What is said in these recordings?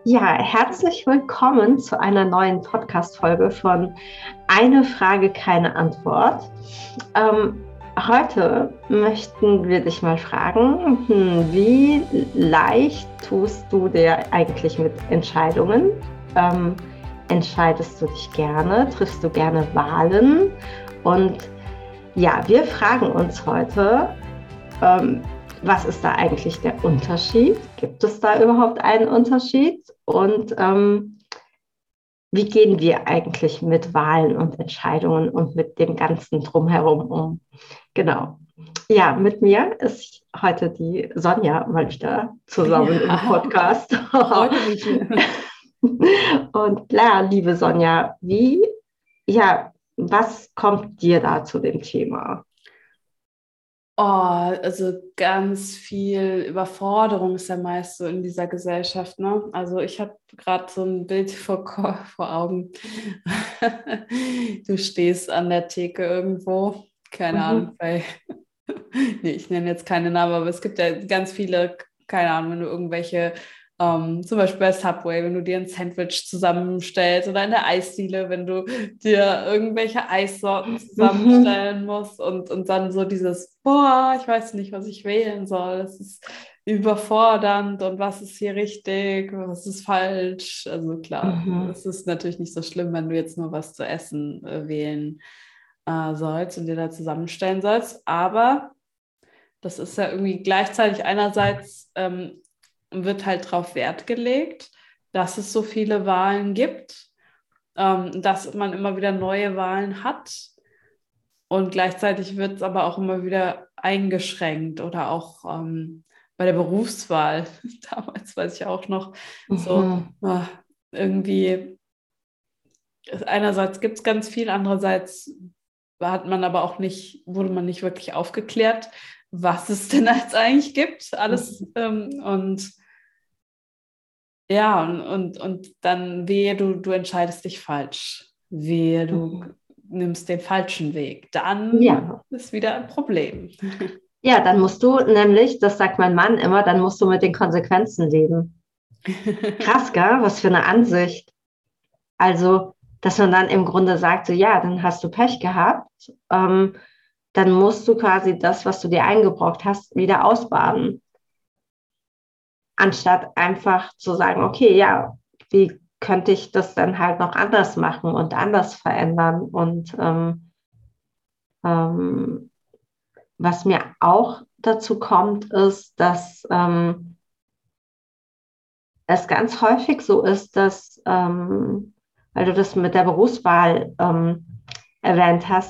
Ja, herzlich willkommen zu einer neuen Podcast-Folge von Eine Frage, keine Antwort. Heute möchten wir dich mal fragen, wie leicht tust du dir eigentlich mit Entscheidungen? Entscheidest du dich gerne? Triffst du gerne Wahlen? Und ja, wir fragen uns heute, was ist da eigentlich der Unterschied? Gibt es da überhaupt einen Unterschied? Und wie gehen wir eigentlich mit Wahlen und Entscheidungen und mit dem Ganzen drumherum um? Genau. Ja, mit mir ist heute die Sonja mal wieder zusammen im Podcast. Freut mich. Und ja, liebe Sonja, was kommt dir da zu dem Thema? Also ganz viel Überforderung ist ja meist so in dieser Gesellschaft, ne? Also ich habe gerade so ein Bild vor Augen. Du stehst an der Theke irgendwo, keine Ahnung, nee, ich nenne jetzt keine Namen, aber es gibt ja ganz viele, keine Ahnung, wenn du irgendwelche, zum Beispiel bei Subway, wenn du dir ein Sandwich zusammenstellst oder in der Eisdiele, wenn du dir irgendwelche Eissorten zusammenstellen musst und dann so dieses, boah, ich weiß nicht, was ich wählen soll, es ist überfordernd und was ist hier richtig, was ist falsch. Also klar, es ist natürlich nicht so schlimm, wenn du jetzt nur was zu essen wählen sollst und dir da zusammenstellen sollst, aber das ist ja irgendwie gleichzeitig einerseits wird halt darauf Wert gelegt, dass es so viele Wahlen gibt, dass man immer wieder neue Wahlen hat und gleichzeitig wird es aber auch immer wieder eingeschränkt oder auch bei der Berufswahl. Damals weiß ich auch noch so, irgendwie einerseits gibt es ganz viel, andererseits wurde man nicht wirklich aufgeklärt, was es denn jetzt eigentlich gibt, alles. Und ja, und dann wehe, du entscheidest dich falsch. Wehe, du nimmst den falschen Weg. Dann ist wieder ein Problem. Ja, dann musst du nämlich, das sagt mein Mann immer, dann musst du mit den Konsequenzen leben. Krass, gell? Was für eine Ansicht. Also, dass man dann im Grunde sagt, so ja, dann hast du Pech gehabt, dann musst du quasi das, was du dir eingebrockt hast, wieder ausbaden. Anstatt einfach zu sagen, okay, ja, wie könnte ich das dann halt noch anders machen und anders verändern? Und was mir auch dazu kommt, ist, dass es ganz häufig so ist, dass, weil du das mit der Berufswahl erwähnt hast,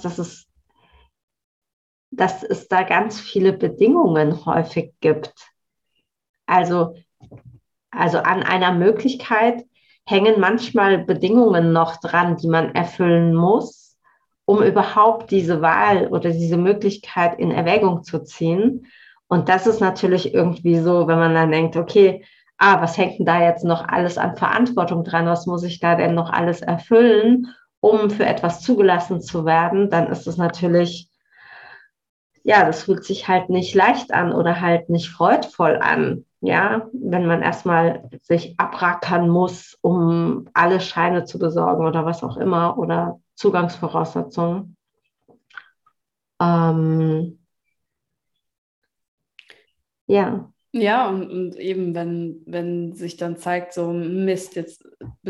dass es da ganz viele Bedingungen häufig gibt. Also an einer Möglichkeit hängen manchmal Bedingungen noch dran, die man erfüllen muss, um überhaupt diese Wahl oder diese Möglichkeit in Erwägung zu ziehen. Und das ist natürlich irgendwie so, wenn man dann denkt, okay, was hängt denn da jetzt noch alles an Verantwortung dran? Was muss ich da denn noch alles erfüllen, um für etwas zugelassen zu werden? Dann ist es natürlich, ja, das fühlt sich halt nicht leicht an oder halt nicht freudvoll an. Ja, wenn man erstmal sich abrackern muss, um alle Scheine zu besorgen oder was auch immer oder Zugangsvoraussetzungen. Ja. Ja, und eben, wenn sich dann zeigt, so Mist, jetzt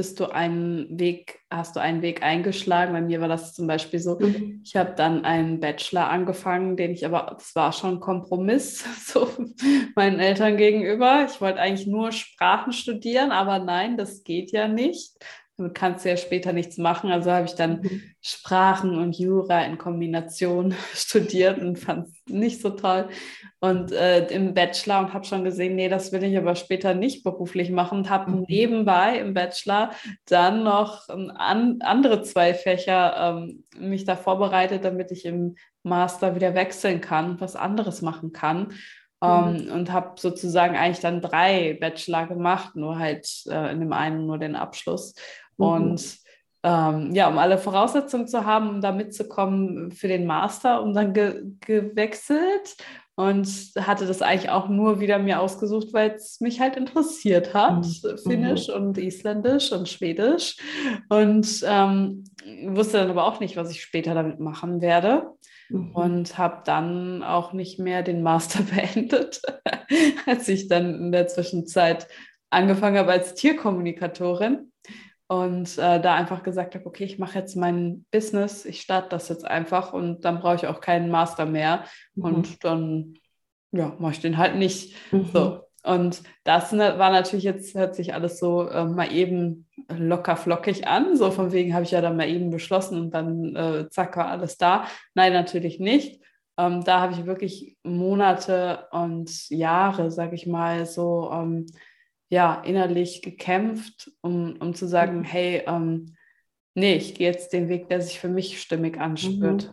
hast du einen Weg eingeschlagen. Bei mir war das zum Beispiel so, ich habe dann einen Bachelor angefangen, das war schon ein Kompromiss, so meinen Eltern gegenüber. Ich wollte eigentlich nur Sprachen studieren, aber nein, das geht ja nicht. Damit kannst du ja später nichts machen. Also habe ich dann Sprachen und Jura in Kombination studiert und fand es nicht so toll. Und im Bachelor und habe schon gesehen, nee, das will ich aber später nicht beruflich machen und habe nebenbei im Bachelor dann noch andere 2 Fächer mich da vorbereitet, damit ich im Master wieder wechseln kann und was anderes machen kann. Und habe sozusagen eigentlich dann 3 Bachelor gemacht, nur halt in dem einen nur den Abschluss. Und um alle Voraussetzungen zu haben, um da mitzukommen für den Master, und dann gewechselt und hatte das eigentlich auch nur wieder mir ausgesucht, weil es mich halt interessiert hat, Finnisch und Isländisch und Schwedisch, und wusste dann aber auch nicht, was ich später damit machen werde. Und habe dann auch nicht mehr den Master beendet, als ich dann in der Zwischenzeit angefangen habe als Tierkommunikatorin und da einfach gesagt habe, okay, ich mache jetzt mein Business, ich starte das jetzt einfach und dann brauche ich auch keinen Master mehr und dann ja, mache ich den halt nicht. So. Und das war natürlich jetzt, hört sich alles so mal eben locker flockig an. So von wegen habe ich ja dann mal eben beschlossen und dann zack, war alles da. Nein, natürlich nicht. Da habe ich wirklich Monate und Jahre, sage ich mal, so ja, innerlich gekämpft, um zu sagen, hey, nee, ich gehe jetzt den Weg, der sich für mich stimmig anspürt.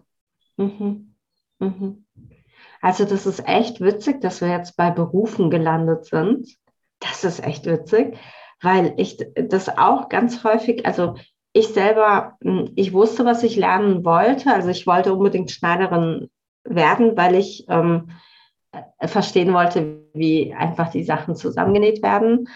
Also das ist echt witzig, dass wir jetzt bei Berufen gelandet sind. Das ist echt witzig, weil ich das auch ganz häufig, also ich selber, ich wusste, was ich lernen wollte. Also ich wollte unbedingt Schneiderin werden, weil ich verstehen wollte, wie einfach die Sachen zusammengenäht werden.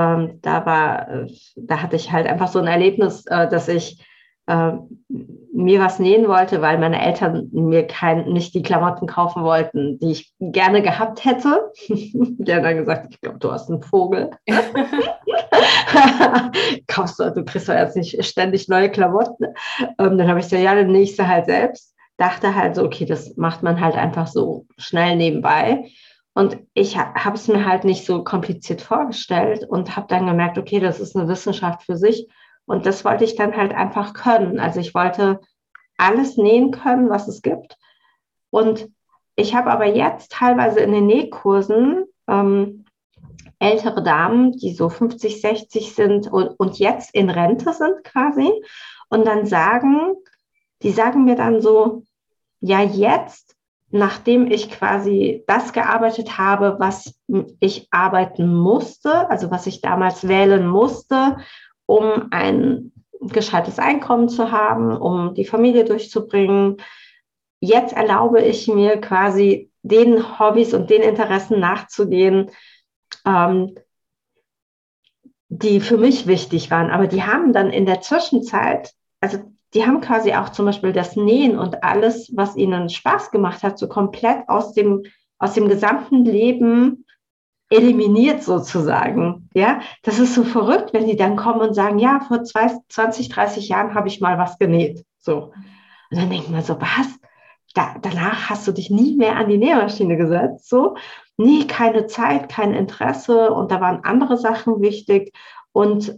Da hatte ich halt einfach so ein Erlebnis, dass ich mir was nähen wollte, weil meine Eltern mir nicht die Klamotten kaufen wollten, die ich gerne gehabt hätte. Die haben dann gesagt, ich glaube, du hast einen Vogel. Du kriegst doch jetzt nicht ständig neue Klamotten. Dann habe ich gesagt, ja, dann nähe ich sie halt selbst. Dachte halt so, okay, das macht man halt einfach so schnell nebenbei. Und ich habe es mir halt nicht so kompliziert vorgestellt und habe dann gemerkt, okay, das ist eine Wissenschaft für sich. Und das wollte ich dann halt einfach können. Also ich wollte alles nähen können, was es gibt. Und ich habe aber jetzt teilweise in den Nähkursen ältere Damen, die so 50, 60 sind und jetzt in Rente sind quasi. Und dann die sagen mir dann so, ja jetzt, nachdem ich quasi das gearbeitet habe, was ich arbeiten musste, also was ich damals wählen musste, um ein gescheites Einkommen zu haben, um die Familie durchzubringen. Jetzt erlaube ich mir quasi den Hobbys und den Interessen nachzugehen, die für mich wichtig waren. Aber die haben dann in der Zwischenzeit, also die haben quasi auch zum Beispiel das Nähen und alles, was ihnen Spaß gemacht hat, so komplett aus dem gesamten Leben eliminiert sozusagen. Ja, das ist so verrückt, wenn die dann kommen und sagen, ja, vor 20, 30 Jahren habe ich mal was genäht. So. Und dann denkt man so, was? Danach hast du dich nie mehr an die Nähmaschine gesetzt, so. Nee, keine Zeit, kein Interesse und da waren andere Sachen wichtig und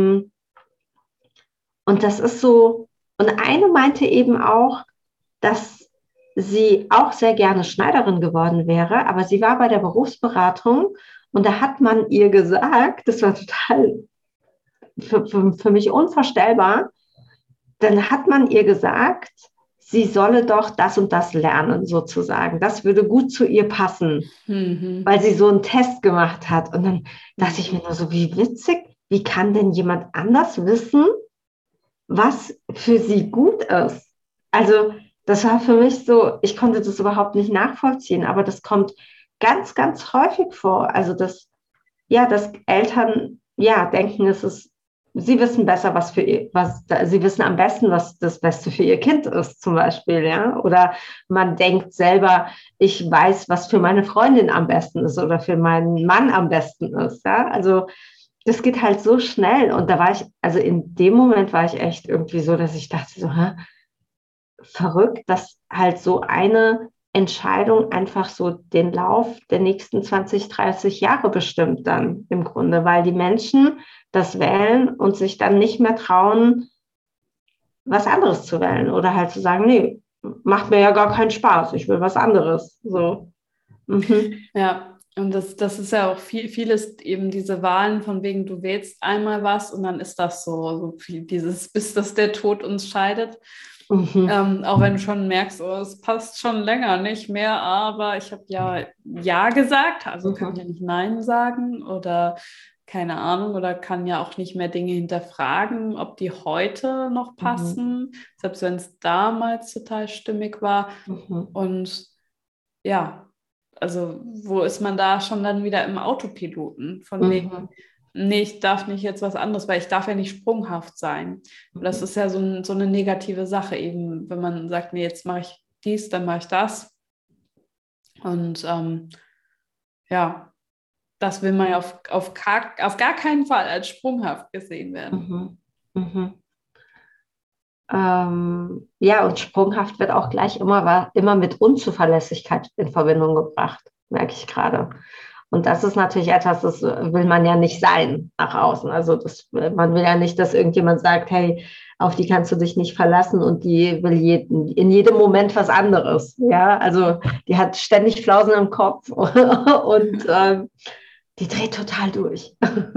das ist so, und eine meinte eben auch, dass sie auch sehr gerne Schneiderin geworden wäre, aber sie war bei der Berufsberatung und da hat man ihr gesagt, das war total für mich unvorstellbar, dann hat man ihr gesagt, sie solle doch das und das lernen, sozusagen. Das würde gut zu ihr passen, weil sie so einen Test gemacht hat. Und dann dachte ich mir nur so, wie witzig, wie kann denn jemand anders wissen, was für sie gut ist? Also das war für mich so, ich konnte das überhaupt nicht nachvollziehen, aber das kommt ganz, ganz häufig vor. Also dass Eltern denken, sie wissen besser, sie wissen am besten, was das Beste für ihr Kind ist, zum Beispiel, ja. Oder man denkt selber, ich weiß, was für meine Freundin am besten ist oder für meinen Mann am besten ist, ja. Also das geht halt so schnell und also in dem Moment war ich echt irgendwie so, dass ich dachte so, verrückt, dass halt so eine Entscheidung einfach so den Lauf der nächsten 20, 30 Jahre bestimmt dann im Grunde, weil die Menschen das wählen und sich dann nicht mehr trauen, was anderes zu wählen oder halt zu sagen, nee, macht mir ja gar keinen Spaß, ich will was anderes. So. Ja, und das ist ja auch vieles eben diese Wahlen von wegen, du wählst einmal was und dann ist das so viel dieses, bis das der Tod uns scheidet. Auch wenn du schon merkst, oh, es passt schon länger nicht mehr, aber ich habe ja gesagt, also kann ja nicht Nein sagen oder keine Ahnung oder kann ja auch nicht mehr Dinge hinterfragen, ob die heute noch passen, selbst wenn es damals total stimmig war. Und ja, also wo ist man da schon dann wieder im Autopiloten? Von wegen, nee, ich darf nicht jetzt was anderes, weil ich darf ja nicht sprunghaft sein. Und das ist ja so eine negative Sache eben, wenn man sagt, nee, jetzt mache ich dies, dann mache ich das. Und ja, das will man ja auf gar keinen Fall als sprunghaft gesehen werden. Ja, und sprunghaft wird auch gleich immer mit Unzuverlässigkeit in Verbindung gebracht, merke ich gerade. Und das ist natürlich etwas, das will man ja nicht sein nach außen. Also man will ja nicht, dass irgendjemand sagt, hey, auf die kannst du dich nicht verlassen und die will in jedem Moment was anderes. Ja, also die hat ständig Flausen im Kopf und die dreht total durch.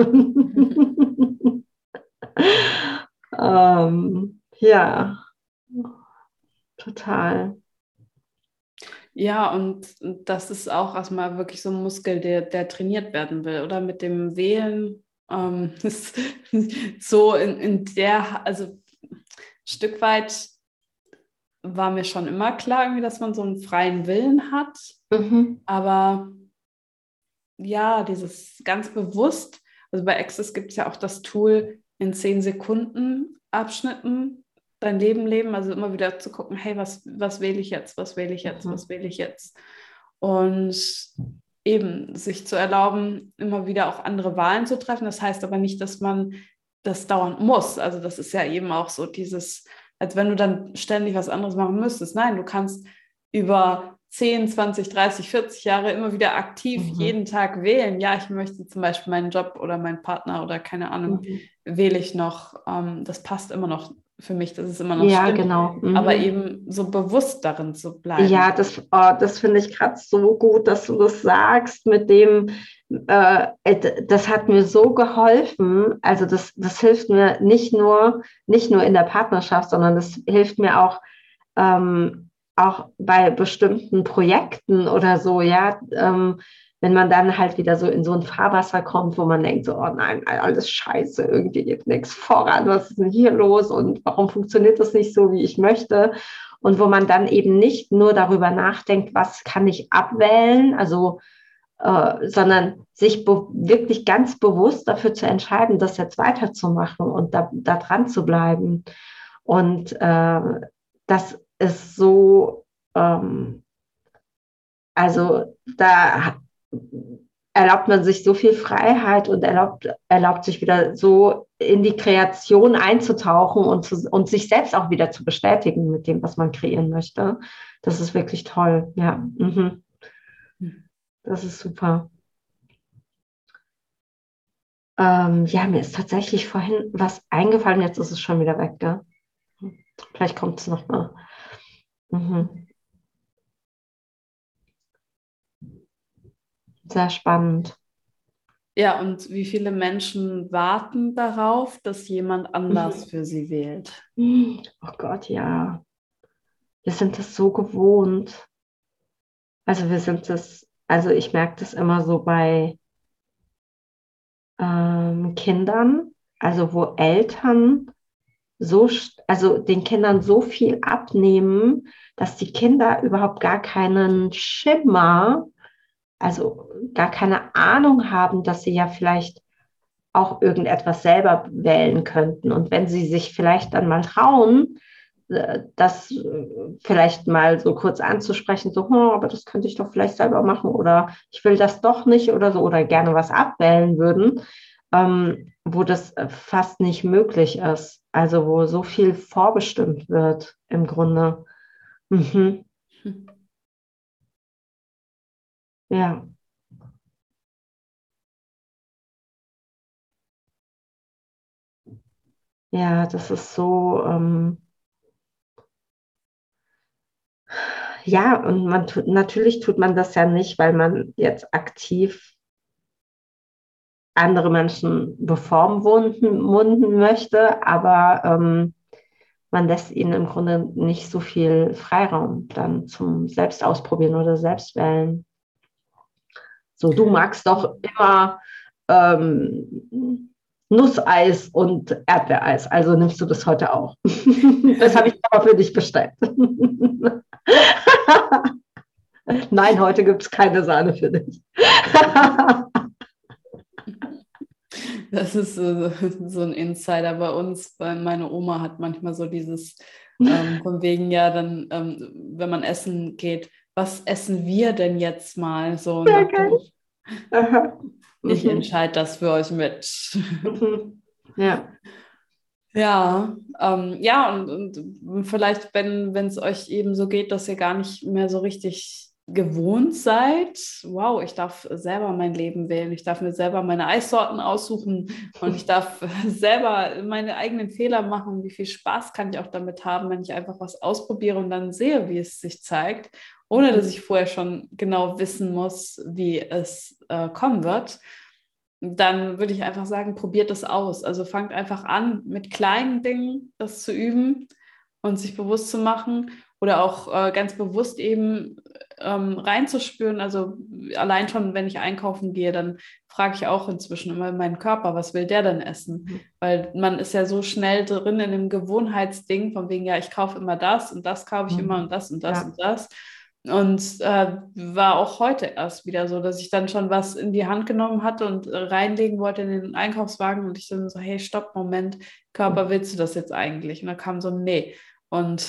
Ja, total. Ja, und das ist auch erstmal wirklich so ein Muskel, der trainiert werden will. Oder mit dem Wählen ist so in der, also ein Stück weit war mir schon immer klar, irgendwie, dass man so einen freien Willen hat. Aber ja, dieses ganz bewusst, also bei Access gibt es ja auch das Tool in 10 Sekunden Abschnitten dein Leben leben, also immer wieder zu gucken, hey, was wähle ich jetzt, was wähle ich jetzt, was wähle ich jetzt? Und eben sich zu erlauben, immer wieder auch andere Wahlen zu treffen. Das heißt aber nicht, dass man das dauernd muss. Also das ist ja eben auch so dieses, als wenn du dann ständig was anderes machen müsstest. Nein, du kannst über 10, 20, 30, 40 Jahre immer wieder aktiv jeden Tag wählen. Ja, ich möchte zum Beispiel meinen Job oder meinen Partner oder keine Ahnung, wähle ich noch. Das passt immer noch für mich, das ist immer noch Ja, stimmt. genau. Aber eben so bewusst darin zu bleiben. Ja, das finde ich gerade so gut, dass du das sagst mit dem, das hat mir so geholfen. Also das hilft mir nicht nur in der Partnerschaft, sondern das hilft mir auch bei bestimmten Projekten oder so, ja, wenn man dann halt wieder so in so ein Fahrwasser kommt, wo man denkt, so, oh nein, alles scheiße, irgendwie geht nichts voran, was ist denn hier los und warum funktioniert das nicht so, wie ich möchte? Und wo man dann eben nicht nur darüber nachdenkt, was kann ich abwählen, also sondern sich wirklich ganz bewusst dafür zu entscheiden, das jetzt weiterzumachen und da dran zu bleiben. Und das ist so, also da erlaubt man sich so viel Freiheit und erlaubt sich wieder so in die Kreation einzutauchen und sich selbst auch wieder zu bestätigen mit dem, was man kreieren möchte. Das ist wirklich toll, ja. Das ist super. Ja, mir ist tatsächlich vorhin was eingefallen, jetzt ist es schon wieder weg, gell? Vielleicht kommt es nochmal. Sehr spannend. Ja, und wie viele Menschen warten darauf, dass jemand anders für sie wählt? Oh Gott, ja. Wir sind das so gewohnt. Also ich merke das immer so bei Kindern, also wo Eltern also den Kindern so viel abnehmen, dass die Kinder überhaupt gar keinen Schimmer, also gar keine Ahnung haben, dass sie ja vielleicht auch irgendetwas selber wählen könnten. Und wenn sie sich vielleicht dann mal trauen, das vielleicht mal so kurz anzusprechen, so, aber das könnte ich doch vielleicht selber machen oder ich will das doch nicht oder so oder gerne was abwählen würden, wo das fast nicht möglich ist. Also wo so viel vorbestimmt wird im Grunde. Ja. Ja, das ist so, ja, und natürlich tut man das ja nicht, weil man jetzt aktiv andere Menschen bevormunden möchte, aber man lässt ihnen im Grunde nicht so viel Freiraum dann zum Selbstausprobieren oder Selbstwählen. So, du magst doch immer Nusseis und Erdbeereis, also nimmst du das heute auch. Das habe ich aber für dich bestellt. Nein, heute gibt es keine Sahne für dich. Das ist so ein Insider bei uns, weil meine Oma hat manchmal so dieses, von wegen, ja, dann, wenn man essen geht, was essen wir denn jetzt mal? So Sehr nach geil. dem, Aha. ich Mhm. entscheide das für euch mit. Mhm. Ja. Ja, ja, und vielleicht, wenn es euch eben so geht, dass ihr gar nicht mehr so richtig gewohnt seid, wow, ich darf selber mein Leben wählen, ich darf mir selber meine Eissorten aussuchen und ich darf selber meine eigenen Fehler machen. Wie viel Spaß kann ich auch damit haben, wenn ich einfach was ausprobiere und dann sehe, wie es sich zeigt, ohne dass ich vorher schon genau wissen muss, wie es kommen wird. Dann würde ich einfach sagen, probiert es aus. Also fangt einfach an, mit kleinen Dingen das zu üben und sich bewusst zu machen oder auch ganz bewusst eben reinzuspüren. Also allein schon, wenn ich einkaufen gehe, dann frage ich auch inzwischen immer meinen Körper, was will der denn essen? Weil man ist ja so schnell drin in dem Gewohnheitsding, von wegen, ja, ich kaufe immer das und das kaufe ich immer und das und das Ja. und das. Und war auch heute erst wieder so, dass ich dann schon was in die Hand genommen hatte und reinlegen wollte in den Einkaufswagen und ich dann so, hey, stopp, Moment, Körper, willst du das jetzt eigentlich? Und dann kam so, nee. Und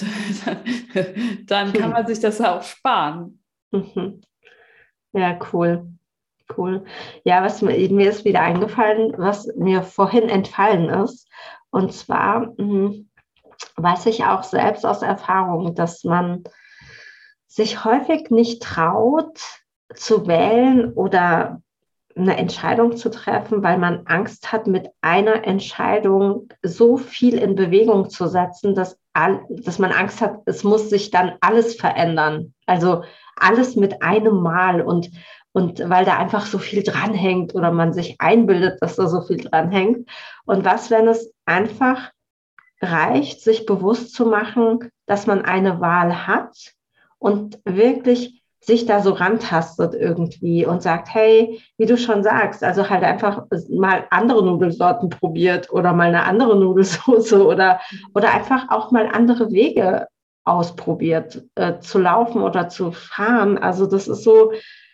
dann kann man sich das auch sparen. Mhm. Ja, cool. Cool. Ja, mir ist wieder eingefallen, was mir vorhin entfallen ist. Und zwar weiß ich auch selbst aus Erfahrung, dass man sich häufig nicht traut zu wählen oder eine Entscheidung zu treffen, weil man Angst hat, mit einer Entscheidung so viel in Bewegung zu setzen, dass man Angst hat, es muss sich dann alles verändern. Also alles mit einem Mal und weil da einfach so viel dranhängt oder man sich einbildet, dass da so viel dranhängt. Und was, wenn es einfach reicht, sich bewusst zu machen, dass man eine Wahl hat und wirklich sich da so rantastet irgendwie und sagt, hey, wie du schon sagst, also halt einfach mal andere Nudelsorten probiert oder mal eine andere Nudelsoße oder einfach auch mal andere Wege ausprobiert, zu laufen oder zu fahren. Also das ist so,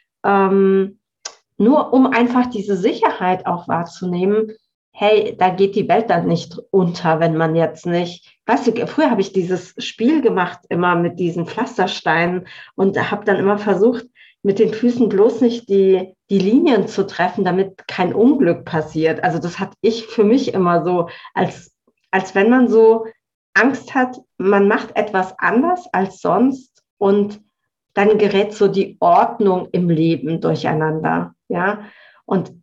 nur um einfach diese Sicherheit auch wahrzunehmen, hey, da geht die Welt dann nicht unter, wenn man jetzt nicht, weißt du, früher habe ich dieses Spiel gemacht, immer mit diesen Pflastersteinen und habe dann immer versucht, mit den Füßen bloß nicht die Linien zu treffen, damit kein Unglück passiert. Also das hatte ich für mich immer so, als wenn man so Angst hat, man macht etwas anders als sonst und dann gerät so die Ordnung im Leben durcheinander. Ja, und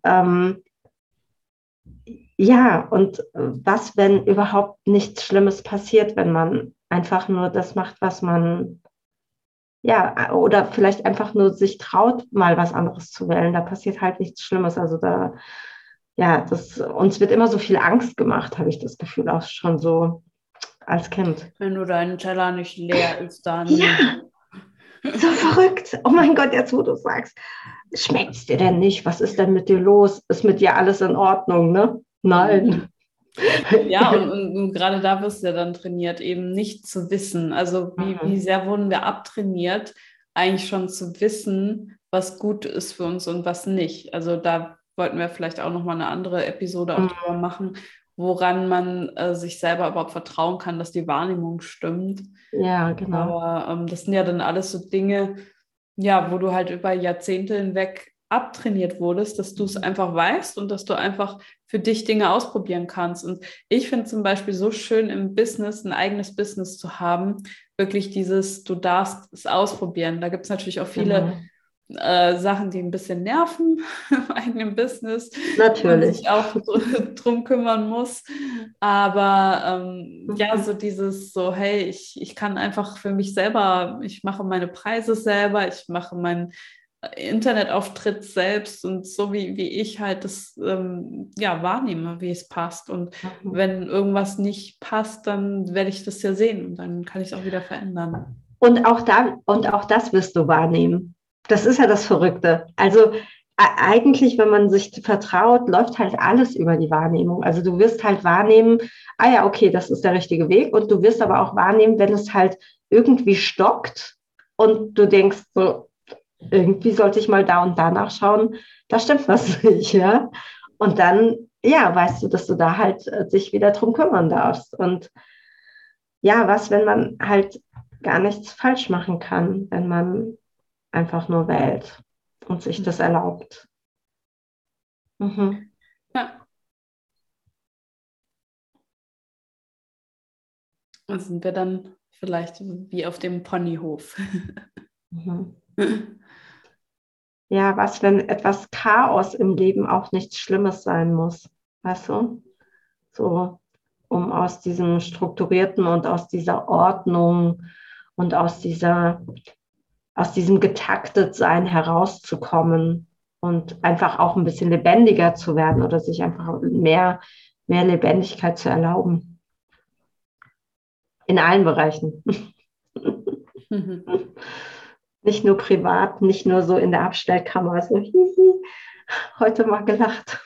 ja, und was, wenn überhaupt nichts Schlimmes passiert, wenn man einfach nur das macht, was man, ja, oder vielleicht einfach nur sich traut, mal was anderes zu wählen. Da passiert halt nichts Schlimmes. Also da, ja, uns wird immer so viel Angst gemacht, habe ich das Gefühl, auch schon so als Kind. Wenn du deinen Teller nicht leer isst, Ja, dann so verrückt. Oh mein Gott, jetzt wo du sagst, schmeckt es dir denn nicht? Was ist denn mit dir los? Ist mit dir alles in Ordnung, ne? Nein. ja, und gerade da wirst du ja dann trainiert, eben nicht zu wissen. Also wie sehr wurden wir abtrainiert, eigentlich schon zu wissen, was gut ist für uns und was nicht. Also da wollten wir vielleicht auch nochmal eine andere Episode auch drüber machen, woran man sich selber überhaupt vertrauen kann, dass die Wahrnehmung stimmt. Ja, genau. Aber das sind ja dann alles so Dinge, ja, wo du halt über Jahrzehnte hinweg abtrainiert wurdest, dass du es einfach weißt und dass du einfach für dich Dinge ausprobieren kannst. Und ich finde zum Beispiel so schön im Business, ein eigenes Business zu haben, wirklich dieses, du darfst es ausprobieren. Da gibt es natürlich auch viele Sachen, die ein bisschen nerven im eigenen Business, wo man Natürlich. sich auch drum kümmern muss. Aber ja, so dieses so, hey, ich kann einfach für mich selber, ich mache meine Preise selber, ich mache meinen Internetauftritt selbst und so wie ich halt das ja, wahrnehme, wie es passt. Und wenn irgendwas nicht passt, dann werde ich das ja sehen und dann kann ich es auch wieder verändern. Und auch das wirst du wahrnehmen. Das ist ja das Verrückte. Also eigentlich, wenn man sich vertraut, läuft halt alles über die Wahrnehmung. Also du wirst halt wahrnehmen, ah ja, okay, das ist der richtige Weg. Und du wirst aber auch wahrnehmen, wenn es halt irgendwie stockt und du denkst so, irgendwie sollte ich mal da und da nachschauen, da stimmt was nicht, ja. Und dann, ja, weißt du, dass du da halt sich wieder drum kümmern darfst. Und ja, was, wenn man halt gar nichts falsch machen kann, wenn man einfach nur wählt und sich das erlaubt. Mhm. Ja, dann sind wir dann vielleicht wie auf dem Ponyhof. Mhm. Ja, was, wenn etwas Chaos im Leben auch nichts Schlimmes sein muss, weißt du? So, um aus diesem Strukturierten und aus dieser Ordnung und aus diesem Getaktetsein herauszukommen und einfach auch ein bisschen lebendiger zu werden oder sich einfach mehr Lebendigkeit zu erlauben. In allen Bereichen. Nicht nur privat, nicht nur so in der Abstellkammer, so hihi, heute mal gelacht.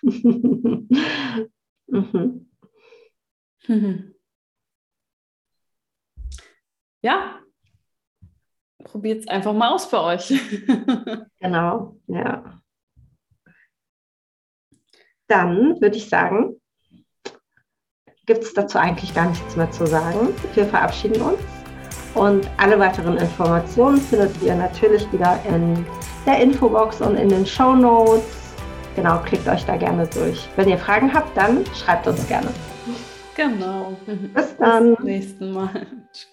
Mhm. Ja, probiert es einfach mal aus für euch. Genau, ja. Dann würde ich sagen, gibt es dazu eigentlich gar nichts mehr zu sagen. Wir verabschieden uns und alle weiteren Informationen findet ihr natürlich wieder in der Infobox und in den Shownotes. Genau, klickt euch da gerne durch. Wenn ihr Fragen habt, dann schreibt uns gerne. Genau. Bis dann. Bis zum nächsten Mal.